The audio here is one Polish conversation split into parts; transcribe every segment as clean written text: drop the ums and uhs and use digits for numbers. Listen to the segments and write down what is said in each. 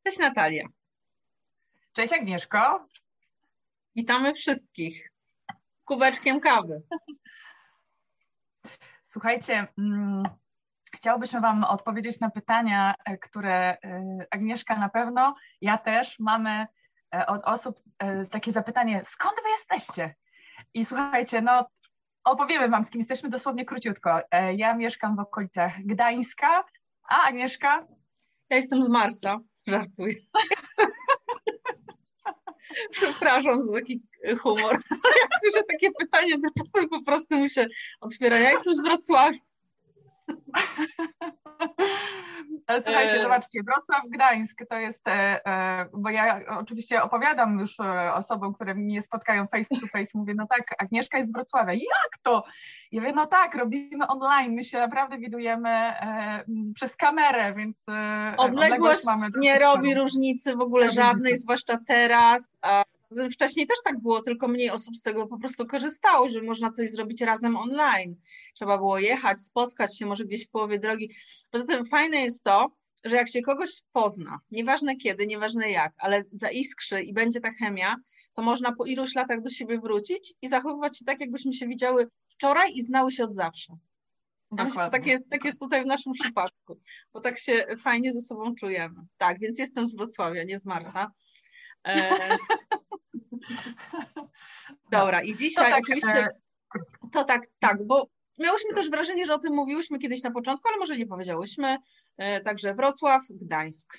Cześć Natalia. Cześć Agnieszko. Witamy wszystkich kubeczkiem kawy. Słuchajcie, chciałbyśmy Wam odpowiedzieć na pytania, które Agnieszka na pewno, ja też mamy od osób takie zapytanie, skąd Wy jesteście? I słuchajcie, no opowiemy Wam, z kim jesteśmy dosłownie króciutko. Ja mieszkam w okolicach Gdańska, a Agnieszka? Ja jestem z Marsa, żartuję. Przepraszam za taki humor. Jak słyszę takie pytanie, to czasem po prostu mi się otwiera. Ja jestem z Wrocławia. Słuchajcie, zobaczcie, Wrocław, Gdańsk to jest, bo ja oczywiście opowiadam już osobom, które mnie spotkają face to face, mówię, no tak, Agnieszka jest z Wrocławia, jak to? Ja mówię, no tak, robimy online, my się naprawdę widujemy przez kamerę, więc odległość mamy nie robi różnicy w ogóle żadnej, zwłaszcza teraz. Wcześniej też tak było, tylko mniej osób z tego po prostu korzystało, że można coś zrobić razem online. Trzeba było jechać, spotkać się może gdzieś w połowie drogi. Poza tym fajne jest to, że jak się kogoś pozna, nieważne kiedy, nieważne jak, ale zaiskrzy i będzie ta chemia, to można po iluś latach do siebie wrócić i zachowywać się tak, jakbyśmy się widziały wczoraj i znały się od zawsze. Ja myślę, że tak jest tutaj w naszym przypadku, bo tak się fajnie ze sobą czujemy. Tak, więc jestem z Wrocławia, nie z Marsa. Dobra, i dzisiaj to tak, oczywiście to tak, bo miałyśmy też wrażenie, że o tym mówiłyśmy kiedyś na początku, ale może nie powiedziałyśmy. Także Wrocław, Gdańsk.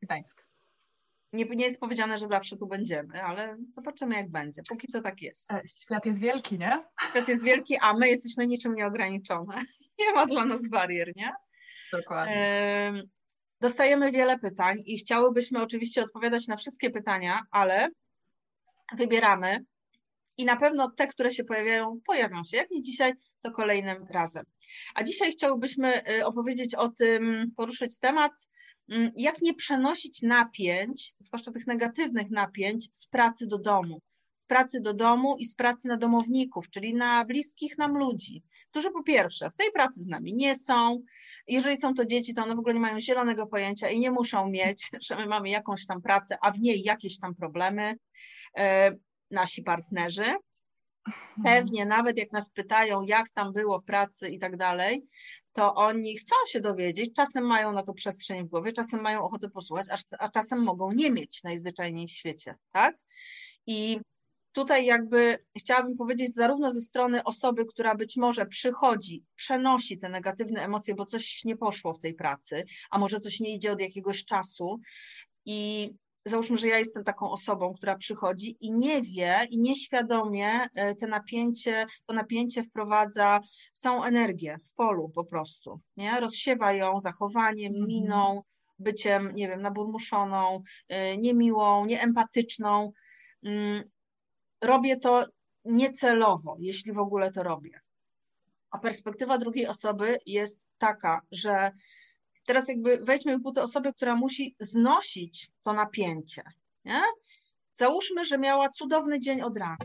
Nie jest powiedziane, że zawsze tu będziemy, ale zobaczymy jak będzie. Póki co tak jest. Świat jest wielki, nie? Świat jest wielki, a my jesteśmy niczym nieograniczone. Nie ma dla nas barier, nie? Dokładnie. Dostajemy wiele pytań i chciałybyśmy oczywiście odpowiadać na wszystkie pytania, ale wybieramy i na pewno te, które się pojawią się. Jak nie dzisiaj, to kolejnym razem. A dzisiaj chciałybyśmy opowiedzieć o tym, poruszyć temat, jak nie przenosić napięć, zwłaszcza tych negatywnych napięć, z pracy do domu. Z pracy do domu i z pracy na domowników, czyli na bliskich nam ludzi, którzy po pierwsze w tej pracy z nami nie są. Jeżeli są to dzieci, to one w ogóle nie mają zielonego pojęcia i nie muszą mieć, że my mamy jakąś tam pracę, a w niej jakieś tam problemy. Nasi partnerzy. Pewnie nawet jak nas pytają, jak tam było w pracy i tak dalej, to oni chcą się dowiedzieć, czasem mają na to przestrzeń w głowie, czasem mają ochotę posłuchać, a czasem mogą nie mieć najzwyczajniej w świecie, tak? I tutaj jakby chciałabym powiedzieć zarówno ze strony osoby, która być może przychodzi, przenosi te negatywne emocje, bo coś nie poszło w tej pracy, a może coś nie idzie od jakiegoś czasu i załóżmy, że ja jestem taką osobą, która przychodzi i nie wie i nieświadomie to napięcie wprowadza w całą energię w polu po prostu, nie? Rozsiewa ją zachowaniem, miną, byciem, nie wiem, naburmuszoną, niemiłą, nieempatyczną. Robię to niecelowo, jeśli w ogóle to robię. A perspektywa drugiej osoby jest taka, że teraz jakby wejdźmy w buty osoby, która musi znosić to napięcie. Nie? Załóżmy, że miała cudowny dzień od rana.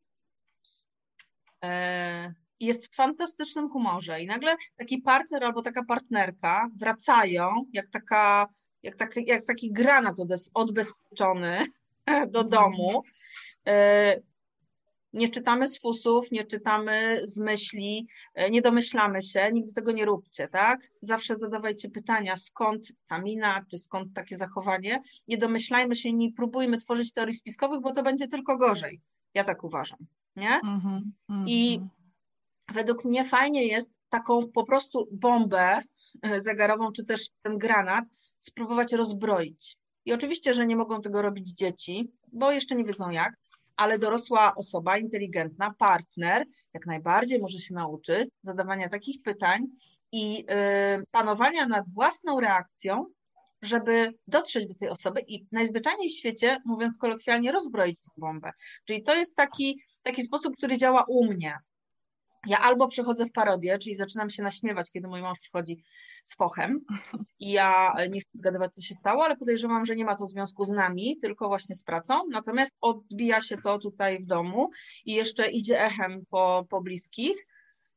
Jest w fantastycznym humorze i nagle taki partner albo taka partnerka wracają jak taki granat odbezpieczony do domu. Nie czytamy z fusów, nie czytamy z myśli, nie domyślamy się, nigdy tego nie róbcie, tak? Zawsze zadawajcie pytania, skąd ta mina, czy skąd takie zachowanie. Nie domyślajmy się, nie próbujmy tworzyć teorii spiskowych, bo to będzie tylko gorzej. Ja tak uważam, nie? I według mnie fajnie jest taką po prostu bombę zegarową, czy też ten granat spróbować rozbroić. I oczywiście, że nie mogą tego robić dzieci, bo jeszcze nie wiedzą jak, ale dorosła osoba, inteligentna, partner, jak najbardziej może się nauczyć zadawania takich pytań i panowania nad własną reakcją, żeby dotrzeć do tej osoby i najzwyczajniej w świecie, mówiąc kolokwialnie, rozbroić tę bombę. Czyli to jest taki sposób, który działa u mnie. Ja albo przechodzę w parodię, czyli zaczynam się naśmiewać, kiedy mój mąż przychodzi z fochem i ja nie chcę zgadywać, co się stało, ale podejrzewam, że nie ma to związku z nami, tylko właśnie z pracą, natomiast odbija się to tutaj w domu i jeszcze idzie echem po bliskich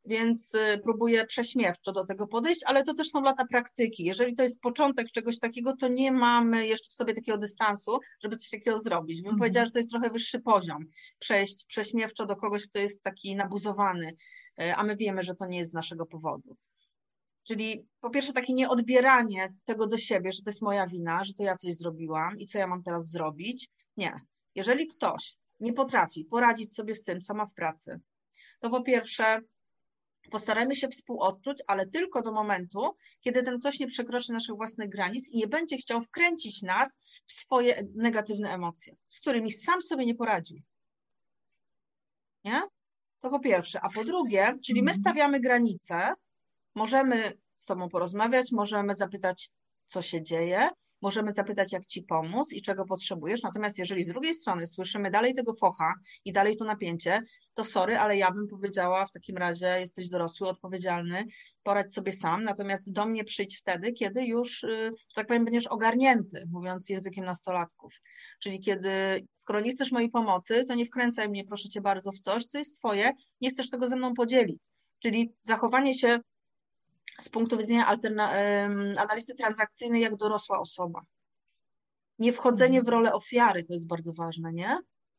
więc próbuję prześmiewczo do tego podejść, ale to też są lata praktyki. Jeżeli to jest początek czegoś takiego, to nie mamy jeszcze w sobie takiego dystansu, żeby coś takiego zrobić. Bym powiedziała, że to jest trochę wyższy poziom, przejść prześmiewczo do kogoś, kto jest taki nabuzowany, a my wiemy, że to nie jest z naszego powodu. Czyli po pierwsze takie nieodbieranie tego do siebie, że to jest moja wina, że to ja coś zrobiłam i co ja mam teraz zrobić. Nie. Jeżeli ktoś nie potrafi poradzić sobie z tym, co ma w pracy, to po pierwsze postarajmy się współodczuć, ale tylko do momentu, kiedy ten ktoś nie przekroczy naszych własnych granic i nie będzie chciał wkręcić nas w swoje negatywne emocje, z którymi sam sobie nie poradzi. Nie? To po pierwsze. A po drugie, czyli my stawiamy granice, możemy z tobą porozmawiać, możemy zapytać, co się dzieje, możemy zapytać, jak ci pomóc i czego potrzebujesz. Natomiast jeżeli z drugiej strony słyszymy dalej tego focha i dalej to napięcie, to sorry, ale ja bym powiedziała w takim razie, jesteś dorosły, odpowiedzialny, poradź sobie sam, natomiast do mnie przyjdź wtedy, kiedy już, że tak powiem, będziesz ogarnięty, mówiąc językiem nastolatków. Czyli kiedy, skoro nie chcesz mojej pomocy, to nie wkręcaj mnie, proszę cię bardzo, w coś, co jest twoje, nie chcesz tego ze mną podzielić. Czyli zachowanie się z punktu widzenia analizy transakcyjnej jak dorosła osoba. Nie wchodzenie w rolę ofiary, to jest bardzo ważne, nie?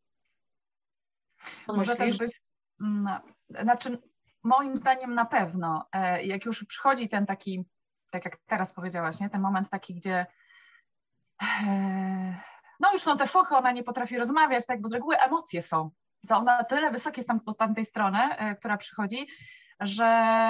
Co Może myślisz? też być, znaczy moim zdaniem na pewno, jak już przychodzi ten taki, tak jak teraz powiedziałaś, nie? Ten moment taki, gdzie no już są te fochy, ona nie potrafi rozmawiać, tak, bo z reguły emocje są. Ona tyle wysokie jest od tamtej strony, która przychodzi, że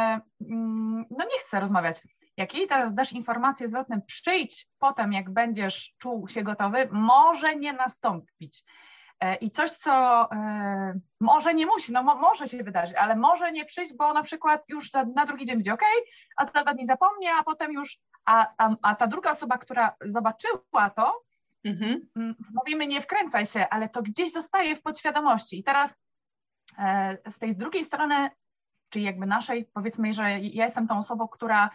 no nie chce rozmawiać. Jak jej teraz dasz informację zwrotną, przyjdź potem, jak będziesz czuł się gotowy, może nie nastąpić. I coś, co może nie musi, no może się wydarzyć, ale może nie przyjść, bo na przykład już na drugi dzień będzie okej, a za 2 dni zapomnie, a potem już, a ta druga osoba, która zobaczyła to, mówimy, nie wkręcaj się, ale to gdzieś zostaje w podświadomości. I teraz z tej drugiej strony, czyli jakby naszej, powiedzmy, że ja jestem tą osobą, która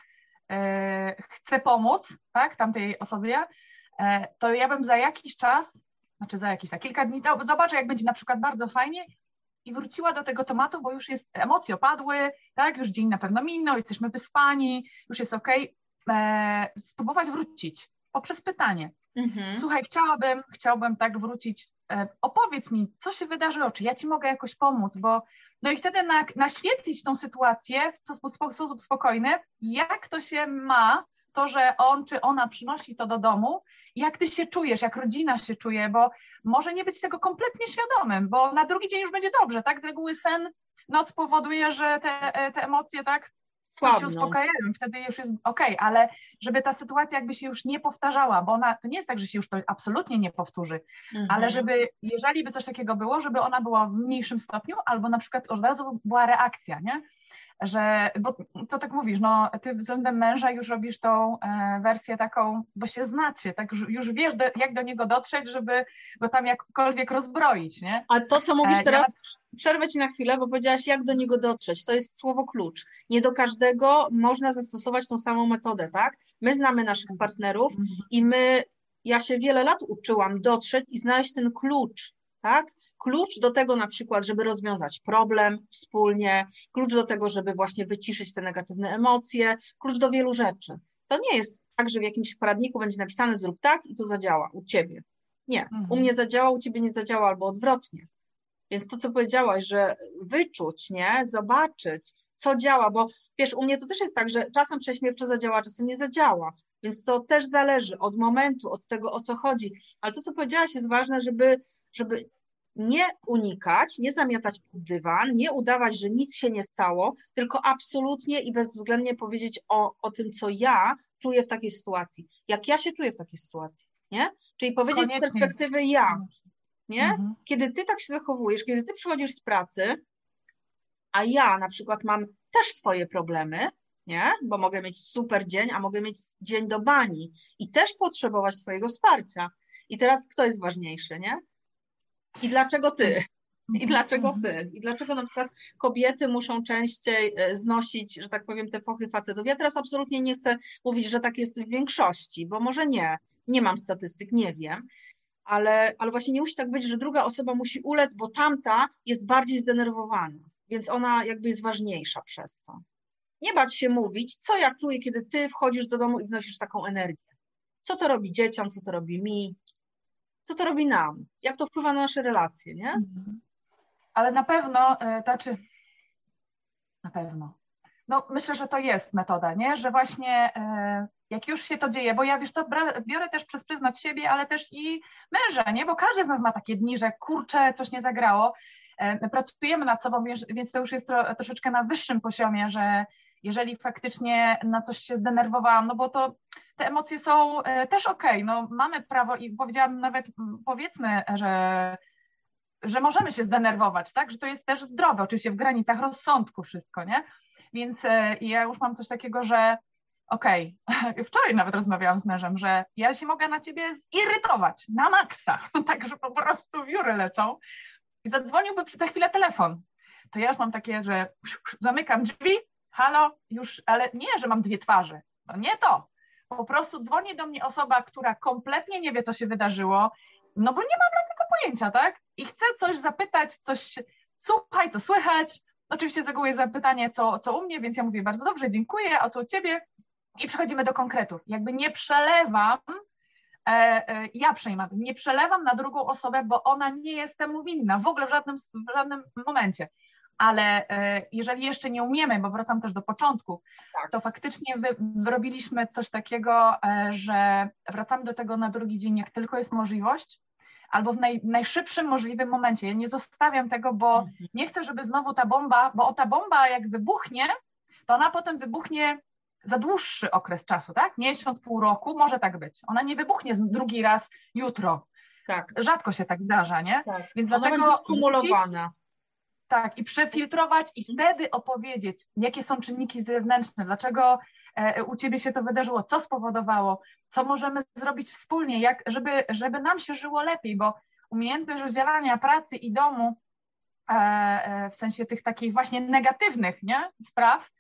chce pomóc, tak, tamtej osobie, to ja bym za jakiś czas, za kilka dni, zobaczę, jak będzie na przykład bardzo fajnie i wróciła do tego tematu, bo już jest, emocje opadły, tak, już dzień na pewno minął, jesteśmy wyspani, już jest okej. Spróbować wrócić poprzez pytanie. Słuchaj, chciałabym tak wrócić, opowiedz mi, co się wydarzyło, czy ja ci mogę jakoś pomóc, bo no i wtedy naświetlić tą sytuację w sposób spokojny, jak to się ma, to, że on czy ona przynosi to do domu, jak ty się czujesz, jak rodzina się czuje, bo może nie być tego kompletnie świadomym, bo na drugi dzień już będzie dobrze, tak? Z reguły noc powoduje, że te emocje, tak, się uspokajają, wtedy już jest okej, ale żeby ta sytuacja jakby się już nie powtarzała, bo to nie jest tak, że się już to absolutnie nie powtórzy, ale żeby, jeżeli by coś takiego było, żeby ona była w mniejszym stopniu, albo na przykład od razu była reakcja, nie? Bo to tak mówisz, no ty względem męża już robisz tą wersję taką, bo się znacie, tak już wiesz, jak do niego dotrzeć, żeby go tam jakkolwiek rozbroić, nie? A to, co mówisz teraz, przerwę ci na chwilę, bo powiedziałaś, jak do niego dotrzeć, to jest słowo klucz. Nie do każdego można zastosować tą samą metodę, tak? My znamy naszych partnerów i ja się wiele lat uczyłam dotrzeć i znaleźć ten klucz, tak? Klucz do tego na przykład, żeby rozwiązać problem wspólnie, klucz do tego, żeby właśnie wyciszyć te negatywne emocje, klucz do wielu rzeczy. To nie jest tak, że w jakimś poradniku będzie napisane zrób tak i to zadziała u ciebie. Nie, u mnie zadziała, u ciebie nie zadziała albo odwrotnie. Więc to, co powiedziałaś, że wyczuć, nie, zobaczyć, co działa, bo wiesz, u mnie to też jest tak, że czasem prześmiewczo zadziała, czasem nie zadziała. Więc to też zależy od momentu, od tego, o co chodzi. Ale to, co powiedziałaś, jest ważne, żeby nie unikać, nie zamiatać pod dywan, nie udawać, że nic się nie stało, tylko absolutnie i bezwzględnie powiedzieć o tym, co ja czuję w takiej sytuacji. Jak ja się czuję w takiej sytuacji, nie? Czyli powiedzieć z perspektywy ja, nie? Kiedy ty tak się zachowujesz, kiedy ty przychodzisz z pracy, a ja na przykład mam też swoje problemy, nie? Bo mogę mieć super dzień, a mogę mieć dzień do bani i też potrzebować twojego wsparcia. I teraz kto jest ważniejszy, nie? I dlaczego ty? I dlaczego ty? I dlaczego na przykład kobiety muszą częściej znosić, że tak powiem, te fochy facetów? Ja teraz absolutnie nie chcę mówić, że tak jest w większości, bo może nie mam statystyk, nie wiem, ale właśnie nie musi tak być, że druga osoba musi ulec, bo tamta jest bardziej zdenerwowana, więc ona jakby jest ważniejsza przez to. Nie bać się mówić, co ja czuję, kiedy ty wchodzisz do domu i wnosisz taką energię. Co to robi dzieciom, co to robi mi, co to robi nam, jak to wpływa na nasze relacje, nie? Ale na pewno, na pewno. No myślę, że to jest metoda, nie? Że właśnie jak już się to dzieje, bo ja wiesz co, biorę też przez pryzmat siebie, ale też i męża, nie? Bo każdy z nas ma takie dni, że kurczę, coś nie zagrało. Pracujemy nad sobą, więc to już jest troszeczkę na wyższym poziomie, że jeżeli faktycznie na coś się zdenerwowałam, no bo to te emocje są też okej, no mamy prawo i powiedziałabym nawet, powiedzmy, że możemy się zdenerwować, tak? Że to jest też zdrowe, oczywiście w granicach rozsądku wszystko, nie? Więc ja już mam coś takiego, że wczoraj nawet rozmawiałam z mężem, że ja się mogę na ciebie zirytować na maksa, tak, że po prostu wióry lecą i zadzwoniłby za chwilę telefon. To ja już mam takie, że zamykam drzwi, halo, już, ale nie, że mam dwie twarze, no nie to. Po prostu dzwoni do mnie osoba, która kompletnie nie wie, co się wydarzyło, no bo nie mam dla tego pojęcia, tak? I chcę coś zapytać, coś, słuchaj, co słychać. Oczywiście z reguły jest zapytanie, co u mnie, więc ja mówię bardzo dobrze, dziękuję, a co u ciebie? I przechodzimy do konkretów. Jakby nie przelewam, ja przejmam, nie przelewam na drugą osobę, bo ona nie jest temu winna, w ogóle w żadnym momencie. Ale jeżeli jeszcze nie umiemy, bo wracam też do początku, tak, to faktycznie wyrobiliśmy coś takiego, że wracamy do tego na drugi dzień, jak tylko jest możliwość, albo w najszybszym możliwym momencie. Ja nie zostawiam tego, bo nie chcę, żeby znowu ta bomba, bo ta bomba jak wybuchnie, to ona potem wybuchnie za dłuższy okres czasu, tak? Miesiąc, pół roku, może tak być. Ona nie wybuchnie drugi raz jutro. Tak. Rzadko się tak zdarza, nie? Tak. Więc ona dlatego będzie skumulowana. Tak, i przefiltrować i wtedy opowiedzieć, jakie są czynniki zewnętrzne, dlaczego u ciebie się to wydarzyło, co spowodowało, co możemy zrobić wspólnie, żeby nam się żyło lepiej, bo umiejętność rozdzielania pracy i domu w sensie tych takich właśnie negatywnych, nie, spraw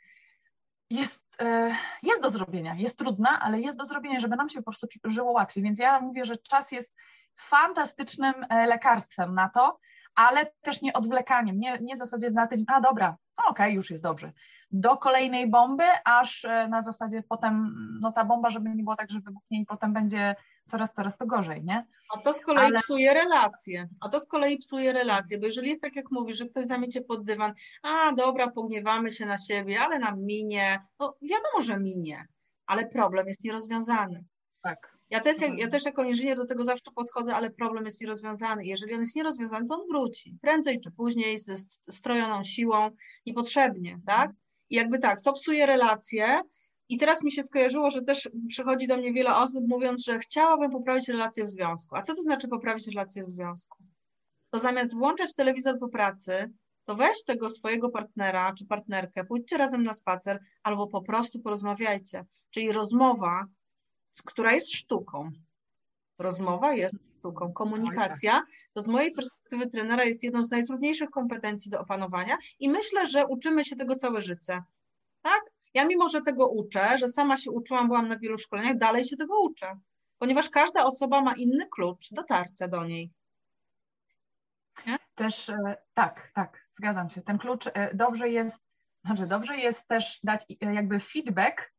jest do zrobienia, jest trudna, ale jest do zrobienia, żeby nam się po prostu żyło łatwiej, więc ja mówię, że czas jest fantastycznym lekarstwem na to, ale też nie odwlekaniem, nie w zasadzie na tydzień, dobra, okej, już jest dobrze, do kolejnej bomby, aż na zasadzie potem, no ta bomba, żeby nie było tak, że wybuchnie i potem będzie coraz to gorzej, nie? A to z kolei psuje relacje, bo jeżeli jest tak, jak mówisz, że ktoś zamiecie pod dywan, dobra, pogniewamy się na siebie, ale nam minie, no wiadomo, że minie, ale problem jest nierozwiązany. Tak. Ja też jako inżynier do tego zawsze podchodzę, ale problem jest nierozwiązany. Jeżeli on jest nierozwiązany, to on wróci. Prędzej czy później ze strojoną siłą, niepotrzebnie, tak? I jakby tak, to psuje relacje. I teraz mi się skojarzyło, że też przychodzi do mnie wiele osób mówiąc, że chciałabym poprawić relacje w związku. A co to znaczy poprawić relacje w związku? To zamiast włączać telewizor po pracy, to weź tego swojego partnera czy partnerkę, pójdźcie razem na spacer albo po prostu porozmawiajcie. Czyli rozmowa, która jest sztuką. Rozmowa jest sztuką. Komunikacja to z mojej perspektywy trenera jest jedną z najtrudniejszych kompetencji do opanowania i myślę, że uczymy się tego całe życie. Tak? Ja mimo, że tego uczę, że sama się uczyłam, byłam na wielu szkoleniach, dalej się tego uczę, ponieważ każda osoba ma inny klucz dotarcia do niej. Nie? Też tak, zgadzam się. Ten klucz dobrze jest też dać jakby feedback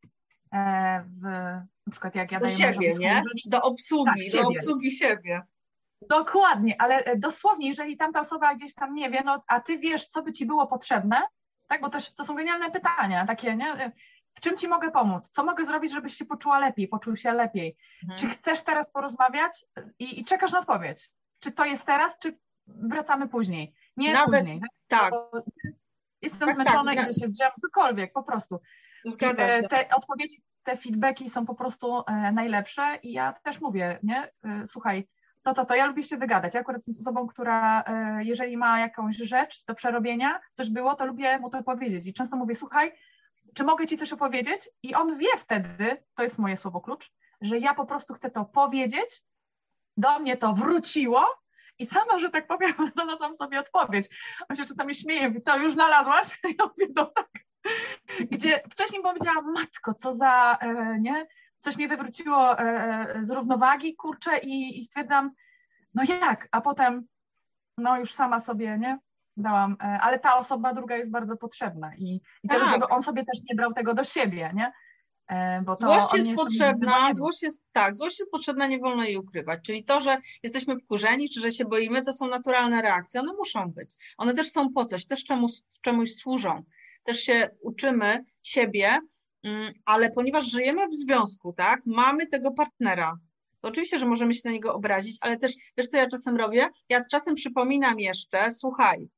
na przykład jak ja do daję siebie, nie? Do obsługi, do obsługi siebie. Dokładnie, ale dosłownie, jeżeli tamta osoba gdzieś tam nie wie, no a ty wiesz, co by ci było potrzebne, tak, bo też to są genialne pytania, takie, nie? W czym ci mogę pomóc? Co mogę zrobić, żebyś się poczuła lepiej, poczuł się lepiej? Czy chcesz teraz porozmawiać i czekasz na odpowiedź? Czy to jest teraz, czy wracamy później? Nie nawet, później. Tak. Jestem zmęczona, idę się zdrzemnąć, cokolwiek, po prostu. Zgadza się. Te odpowiedzi, te feedbacki są po prostu najlepsze i ja też mówię, nie? Słuchaj, to ja lubię się wygadać. Ja akurat jestem osobą, która jeżeli ma jakąś rzecz do przerobienia, coś było, to lubię mu to powiedzieć. I często mówię, słuchaj, czy mogę ci coś opowiedzieć? I on wie wtedy, to jest moje słowo klucz, że ja po prostu chcę to powiedzieć, do mnie to wróciło i sama, że tak powiem, znalazłam sobie odpowiedź. On się czasami śmieje, mówi, to już znalazłaś? Ja mówię, no tak. Gdzie wcześniej powiedziałam, matko, co za, nie? Coś mnie wywróciło z równowagi, kurczę, i stwierdzam, no jak? A potem, no już sama sobie, nie? dałam, ale ta osoba druga jest bardzo potrzebna i Tak. też, żeby on sobie też nie brał tego do siebie, nie? Bo to Złość on jest nie potrzebna, złość jest potrzebna, nie wolno jej ukrywać. Czyli to, że jesteśmy wkurzeni, czy że się boimy, to są naturalne reakcje. One muszą być. One też są po coś, też czemuś służą. Też się uczymy siebie, ale ponieważ żyjemy w związku, tak, mamy tego partnera, to oczywiście, że możemy się na niego obrazić, ale też, wiesz co ja czasem robię? Ja czasem przypominam jeszcze, słuchaj,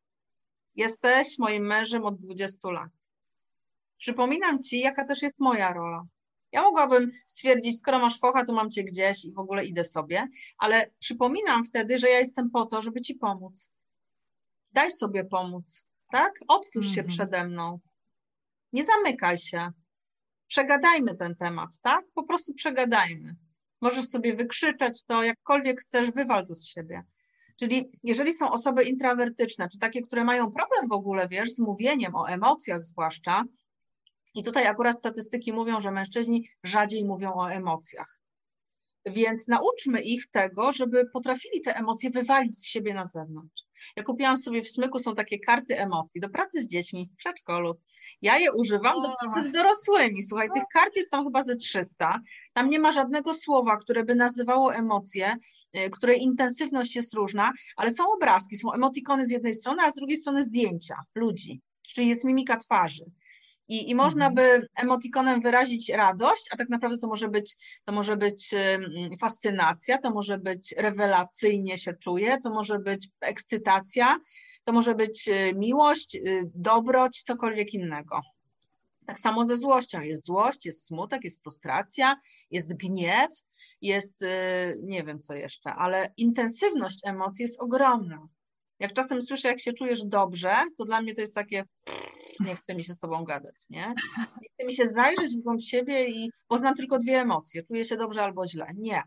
jesteś moim mężem od 20 lat. Przypominam ci, jaka też jest moja rola. Ja mogłabym stwierdzić, skoro masz focha, to mam cię gdzieś i w ogóle idę sobie, ale przypominam wtedy, że ja jestem po to, żeby ci pomóc. Daj sobie pomóc, tak? Otwórz się przede mną. Nie zamykaj się. Przegadajmy ten temat, tak? Po prostu przegadajmy. Możesz sobie wykrzyczeć to, jakkolwiek chcesz, wywal to z siebie. Czyli jeżeli są osoby intrawertyczne, czy takie, które mają problem w ogóle, wiesz, z mówieniem o emocjach zwłaszcza, i tutaj akurat statystyki mówią, że mężczyźni rzadziej mówią o emocjach. Więc nauczmy ich tego, żeby potrafili te emocje wywalić z siebie na zewnątrz. Ja kupiłam sobie w Smyku, są takie karty emocji do pracy z dziećmi w przedszkolu. Ja je używam do pracy z dorosłymi. Słuchaj, tych kart jest tam chyba ze 300. Tam nie ma żadnego słowa, które by nazywało emocje, której intensywność jest różna, ale są obrazki, są emotikony z jednej strony, a z drugiej strony zdjęcia ludzi, czyli jest mimika twarzy. I można by emotikonem wyrazić radość, a tak naprawdę to może być fascynacja, to może być rewelacyjnie się czuję, to może być ekscytacja, to może być miłość, dobroć, cokolwiek innego. Tak samo ze złością. Jest złość, jest smutek, jest frustracja, jest gniew, jest nie wiem co jeszcze, ale intensywność emocji jest ogromna. Jak czasem słyszę, jak się czujesz dobrze, to dla mnie to jest takie, nie chce mi się z tobą gadać, nie? Nie chce mi się zajrzeć w głąb siebie i poznam tylko 2 emocje, czuję się dobrze albo źle. Nie.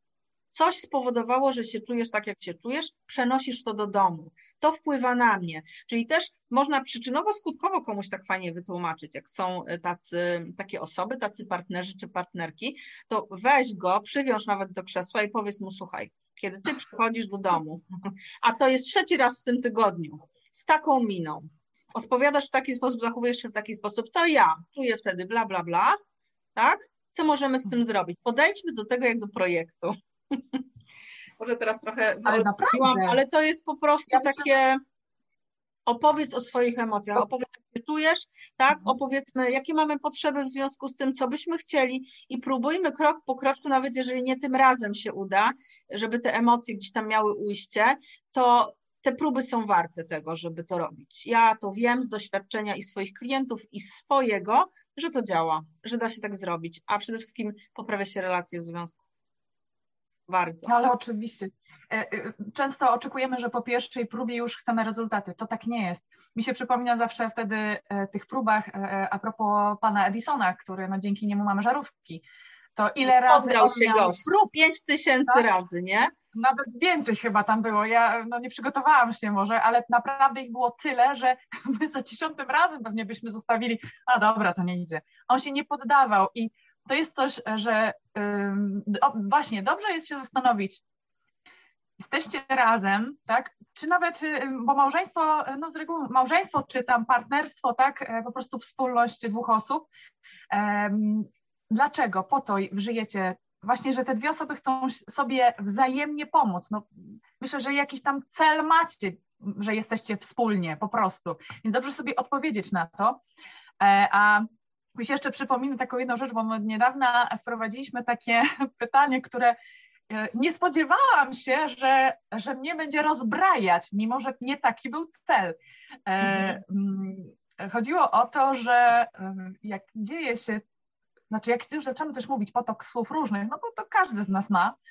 Coś spowodowało, że się czujesz tak, jak się czujesz, przenosisz to do domu. To wpływa na mnie. Czyli też można przyczynowo-skutkowo komuś tak fajnie wytłumaczyć, jak są takie osoby, tacy partnerzy czy partnerki, to weź go, przywiąż nawet do krzesła i powiedz mu, słuchaj, kiedy ty przychodzisz do domu, a to jest 3. raz w tym tygodniu, z taką miną, odpowiadasz w taki sposób, zachowujesz się w taki sposób, to ja czuję wtedy bla, bla, bla, tak? Co możemy z tym zrobić? Podejdźmy do tego jak do projektu. Może teraz trochę wyolbrzymiłam, ale to jest po prostu takie, opowiedz o swoich emocjach, opowiedz jak się czujesz, tak? Opowiedzmy, jakie mamy potrzeby w związku z tym, co byśmy chcieli i próbujmy krok po kroczku, nawet jeżeli nie tym razem się uda, żeby te emocje gdzieś tam miały ujście, to te próby są warte tego, żeby to robić. Ja to wiem z doświadczenia i swoich klientów i swojego, że to działa, że da się tak zrobić, a przede wszystkim poprawia się relacje w związku. Bardzo. Ale oczywiście. Często oczekujemy, że po pierwszej próbie już chcemy rezultaty. To tak nie jest. Mi się przypomina zawsze wtedy tych próbach a propos pana Edisona, który no dzięki niemu mamy żarówki. To ile razy Poddał się miał gość. prób? 5000 tak? razy, nie? Nawet więcej chyba tam było. Ja nie przygotowałam się może, ale naprawdę ich było tyle, że my za 10. razem pewnie byśmy zostawili, a dobra, to nie idzie. On się nie poddawał i to jest coś, że właśnie dobrze jest się zastanowić, jesteście razem, tak? Czy nawet, bo małżeństwo, no z reguły małżeństwo, czy tam partnerstwo, tak? Po prostu wspólność 2 osób. Dlaczego? Po co żyjecie? Właśnie, że te 2 osoby chcą sobie wzajemnie pomóc. No, myślę, że jakiś tam cel macie, że jesteście wspólnie po prostu. Więc dobrze sobie odpowiedzieć na to. A mi się jeszcze przypomina taką jedną rzecz, bo my niedawno wprowadziliśmy takie pytanie, które nie spodziewałam się, że mnie będzie rozbrajać, mimo że nie taki był cel. Chodziło o to, że jak dzieje się, znaczy jak już zaczynamy coś mówić, potok słów różnych, no bo to każdy z nas ma.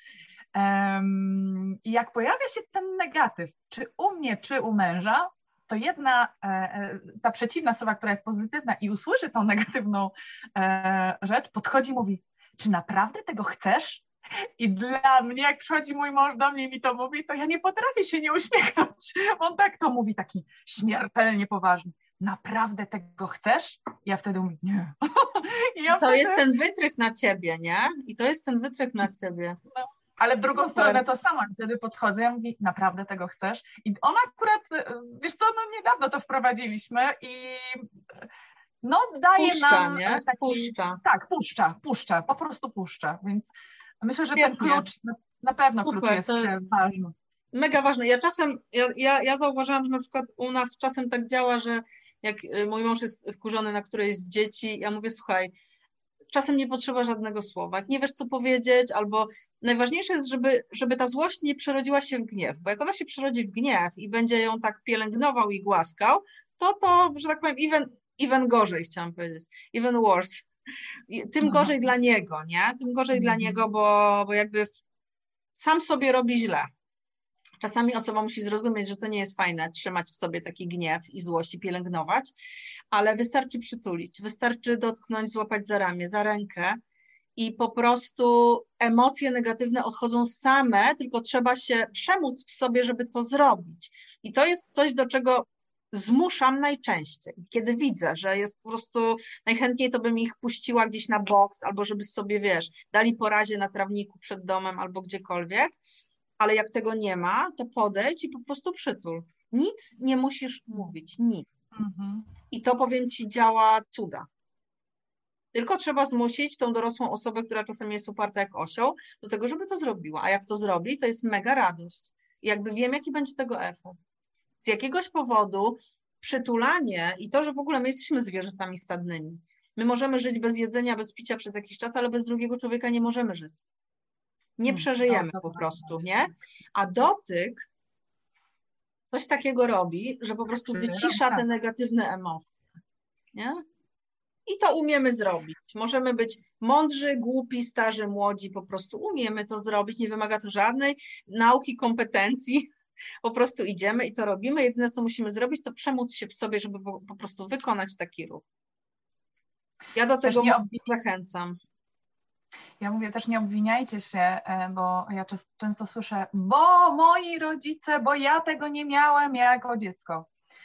I jak pojawia się ten negatyw, czy u mnie, czy u męża, to jedna, ta przeciwna strona, która jest pozytywna i usłyszy tą negatywną rzecz, podchodzi i mówi, czy naprawdę tego chcesz? I dla mnie, jak przychodzi mój mąż do mnie i mi to mówi, to ja nie potrafię się nie uśmiechać. On tak to mówi, taki śmiertelnie poważny. Naprawdę tego chcesz? Ja wtedy mówię, nie. I ja to wtedy... jest ten wytrych na ciebie, nie? I to jest ten wytrych na ciebie. No, Ale w drugą Super. stronę to sama wtedy podchodzę, ja mówię, naprawdę tego chcesz? I ona akurat, wiesz co, no niedawno to wprowadziliśmy i no daje Puszcza, nam nie? taki... Puszcza. Tak, puszcza, po prostu puszcza, więc myślę, że ten Świetnie. klucz, na pewno klucz Super, jest to ważny. mega ważne. Ja zauważyłam, że na przykład u nas czasem tak działa, że jak mój mąż jest wkurzony na któreś z dzieci, ja mówię, słuchaj, czasem nie potrzeba żadnego słowa. Jak nie wiesz, co powiedzieć, albo najważniejsze jest, żeby ta złość nie przerodziła się w gniew, bo jak ona się przerodzi w gniew i będzie ją tak pielęgnował i głaskał, to że tak powiem, even gorzej, chciałam powiedzieć, even worse. Tym gorzej dla niego, nie? Tym gorzej dla niego, bo jakby sam sobie robi źle. Czasami osoba musi zrozumieć, że to nie jest fajne trzymać w sobie taki gniew i złość i pielęgnować, ale wystarczy przytulić, wystarczy dotknąć, złapać za ramię, za rękę i po prostu emocje negatywne odchodzą same, tylko trzeba się przemóc w sobie, żeby to zrobić. I to jest coś, do czego zmuszam najczęściej, kiedy widzę, że jest po prostu, najchętniej to bym ich puściła gdzieś na boks, albo żeby sobie, wiesz, dali po razie na trawniku przed domem albo gdziekolwiek, ale jak tego nie ma, to podejdź i po prostu przytul. Nic nie musisz mówić, nic. I to, powiem ci, działa cuda. Tylko trzeba zmusić tą dorosłą osobę, która czasem jest uparta jak osioł, do tego, żeby to zrobiła. A jak to zrobi, to jest mega radość. I jakby wiem, jaki będzie tego efekt. Z jakiegoś powodu przytulanie i to, że w ogóle my jesteśmy zwierzętami stadnymi. My możemy żyć bez jedzenia, bez picia przez jakiś czas, ale bez drugiego człowieka nie możemy żyć. Nie przeżyjemy po prostu, nie? A dotyk coś takiego robi, że po prostu wycisza te negatywne emocje, nie? I to umiemy zrobić. Możemy być mądrzy, głupi, starzy, młodzi, po prostu umiemy to zrobić, nie wymaga to żadnej nauki, kompetencji, po prostu idziemy i to robimy. Jedyne, co musimy zrobić, to przemóc się w sobie, żeby po prostu wykonać taki ruch. Ja do tego zachęcam. Ja mówię też, nie obwiniajcie się, bo ja często słyszę, bo moi rodzice, bo ja tego nie miałem jako dziecko.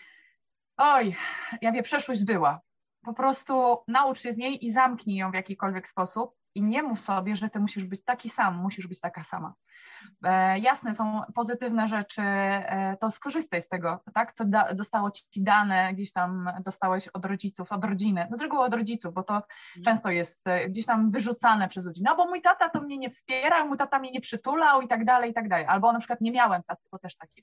Oj, ja wiem, przeszłość była. Po prostu naucz się z niej i zamknij ją w jakikolwiek sposób i nie mów sobie, że ty musisz być taki sam, musisz być taka sama. Jasne, są pozytywne rzeczy, to skorzystaj z tego, tak? Co zostało ci dane, gdzieś tam dostałeś od rodziców, od rodziny, no z reguły od rodziców, bo to często jest gdzieś tam wyrzucane przez ludzi, no bo mój tata to mnie nie wspiera, mój tata mnie nie przytulał i tak dalej, albo na przykład nie miałem taty, bo też taki.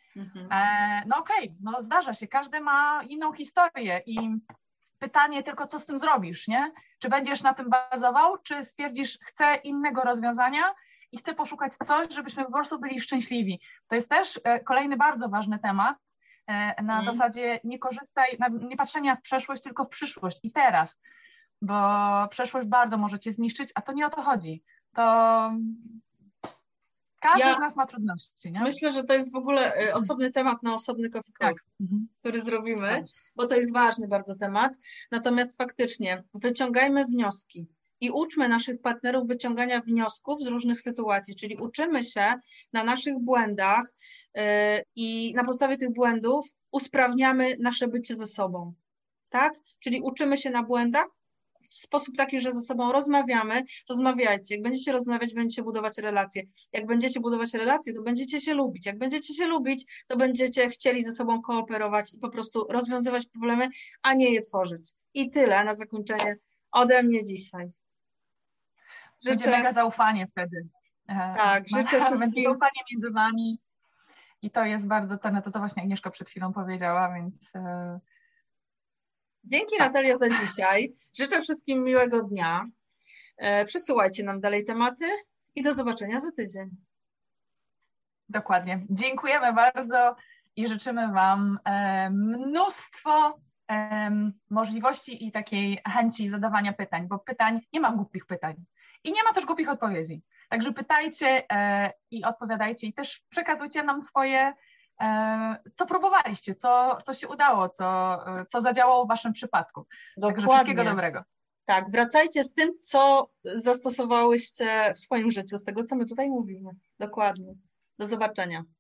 No okej, no zdarza się, każdy ma inną historię i pytanie tylko, co z tym zrobisz, nie? Czy będziesz na tym bazował, czy stwierdzisz, chcę innego rozwiązania i chcę poszukać coś, żebyśmy po prostu byli szczęśliwi. To jest też kolejny bardzo ważny temat, na zasadzie nie patrzenia w przeszłość, tylko w przyszłość i teraz, bo przeszłość bardzo może cię zniszczyć, a to nie o to chodzi. To każdy z nas ma trudności, nie? Myślę, że to jest w ogóle osobny temat na osobny coffee call, który zrobimy, bo to jest ważny bardzo temat. Natomiast faktycznie wyciągajmy wnioski i uczmy naszych partnerów wyciągania wniosków z różnych sytuacji, czyli uczymy się na naszych błędach i na podstawie tych błędów usprawniamy nasze bycie ze sobą, tak? Czyli uczymy się na błędach w sposób taki, że ze sobą rozmawiamy, rozmawiajcie. Jak będziecie rozmawiać, będziecie budować relacje. Jak będziecie budować relacje, to będziecie się lubić. Jak będziecie się lubić, to będziecie chcieli ze sobą kooperować i po prostu rozwiązywać problemy, a nie je tworzyć. I tyle na zakończenie ode mnie dzisiaj. Będzie mega zaufanie wtedy. Tak, życzę wszystkim. Będzie zaufanie między wami i to jest bardzo cenne, to co właśnie Agnieszka przed chwilą powiedziała, więc... Dzięki Natalia za dzisiaj. Życzę wszystkim miłego dnia. Przesyłajcie nam dalej tematy i do zobaczenia za tydzień. Dokładnie. Dziękujemy bardzo i życzymy wam mnóstwo możliwości i takiej chęci zadawania pytań, bo nie ma głupich pytań i nie ma też głupich odpowiedzi. Także pytajcie i odpowiadajcie i też przekazujcie nam swoje, co próbowaliście, co się udało, co zadziałało w waszym przypadku. Dokładnie. Także wszystkiego dobrego. Tak, wracajcie z tym, co zastosowałyście w swoim życiu, z tego, co my tutaj mówimy. Dokładnie. Do zobaczenia.